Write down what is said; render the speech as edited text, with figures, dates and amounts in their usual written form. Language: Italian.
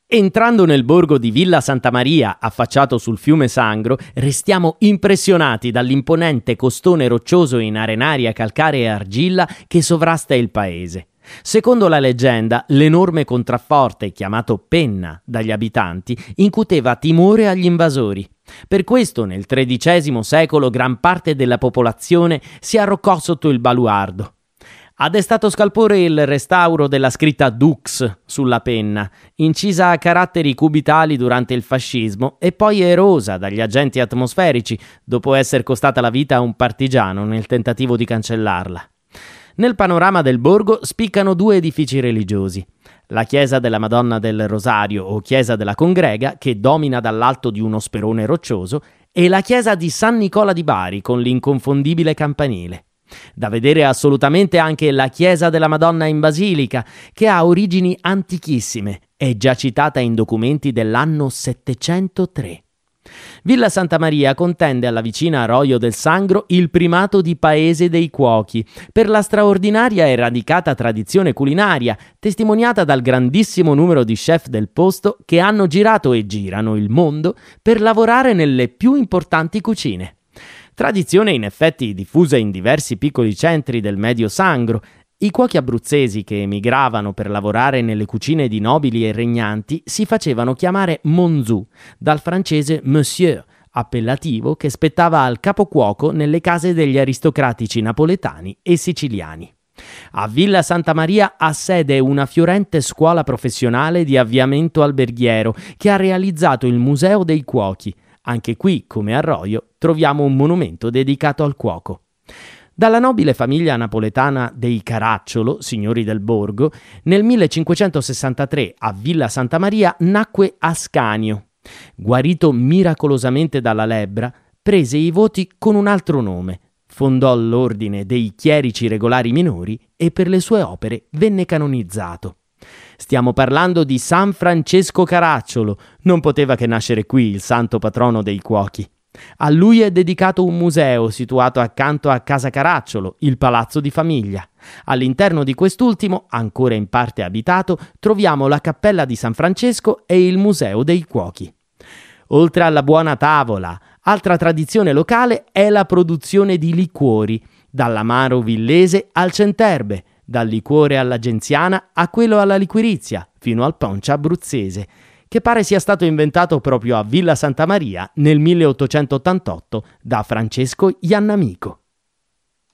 Entrando nel borgo di Villa Santa Maria, affacciato sul fiume Sangro, restiamo impressionati dall'imponente costone roccioso in arenaria, calcarea e argilla che sovrasta il paese. Secondo la leggenda, l'enorme contrafforte, chiamato Penna dagli abitanti, incuteva timore agli invasori. Per questo, nel XIII secolo, gran parte della popolazione si arroccò sotto il baluardo. Ha destato scalpore il restauro della scritta Dux sulla penna, incisa a caratteri cubitali durante il fascismo e poi erosa dagli agenti atmosferici dopo essere costata la vita a un partigiano nel tentativo di cancellarla. Nel panorama del borgo spiccano due edifici religiosi: la chiesa della Madonna del Rosario o chiesa della Congrega, che domina dall'alto di uno sperone roccioso, e la chiesa di San Nicola di Bari con l'inconfondibile campanile. Da vedere assolutamente anche la chiesa della Madonna in Basilica, che ha origini antichissime, è già citata in documenti dell'anno 703. Villa Santa Maria contende alla vicina Arroio del Sangro il primato di paese dei cuochi, per la straordinaria e radicata tradizione culinaria, testimoniata dal grandissimo numero di chef del posto che hanno girato e girano il mondo per lavorare nelle più importanti cucine. Tradizione in effetti diffusa in diversi piccoli centri del Medio Sangro. I cuochi abruzzesi che emigravano per lavorare nelle cucine di nobili e regnanti si facevano chiamare Monzù, dal francese monsieur, appellativo che spettava al capocuoco nelle case degli aristocratici napoletani e siciliani. A Villa Santa Maria ha sede una fiorente scuola professionale di avviamento alberghiero che ha realizzato il Museo dei Cuochi. Anche qui, come a Roio, troviamo un monumento dedicato al cuoco. Dalla nobile famiglia napoletana dei Caracciolo, signori del borgo, nel 1563 a Villa Santa Maria nacque Ascanio. Guarito miracolosamente dalla lebbra, prese i voti con un altro nome, fondò l'ordine dei chierici regolari minori e per le sue opere venne canonizzato. Stiamo parlando di San Francesco Caracciolo, non poteva che nascere qui il santo patrono dei cuochi. A lui è dedicato un museo situato accanto a Casa Caracciolo, il palazzo di famiglia. All'interno di quest'ultimo, ancora in parte abitato, troviamo la cappella di San Francesco e il museo dei cuochi. Oltre alla buona tavola, altra tradizione locale è la produzione di liquori, dall'amaro villese al centerbe, dal liquore alla genziana a quello alla liquirizia, fino al poncio abruzzese, che pare sia stato inventato proprio a Villa Santa Maria nel 1888 da Francesco Iannamico.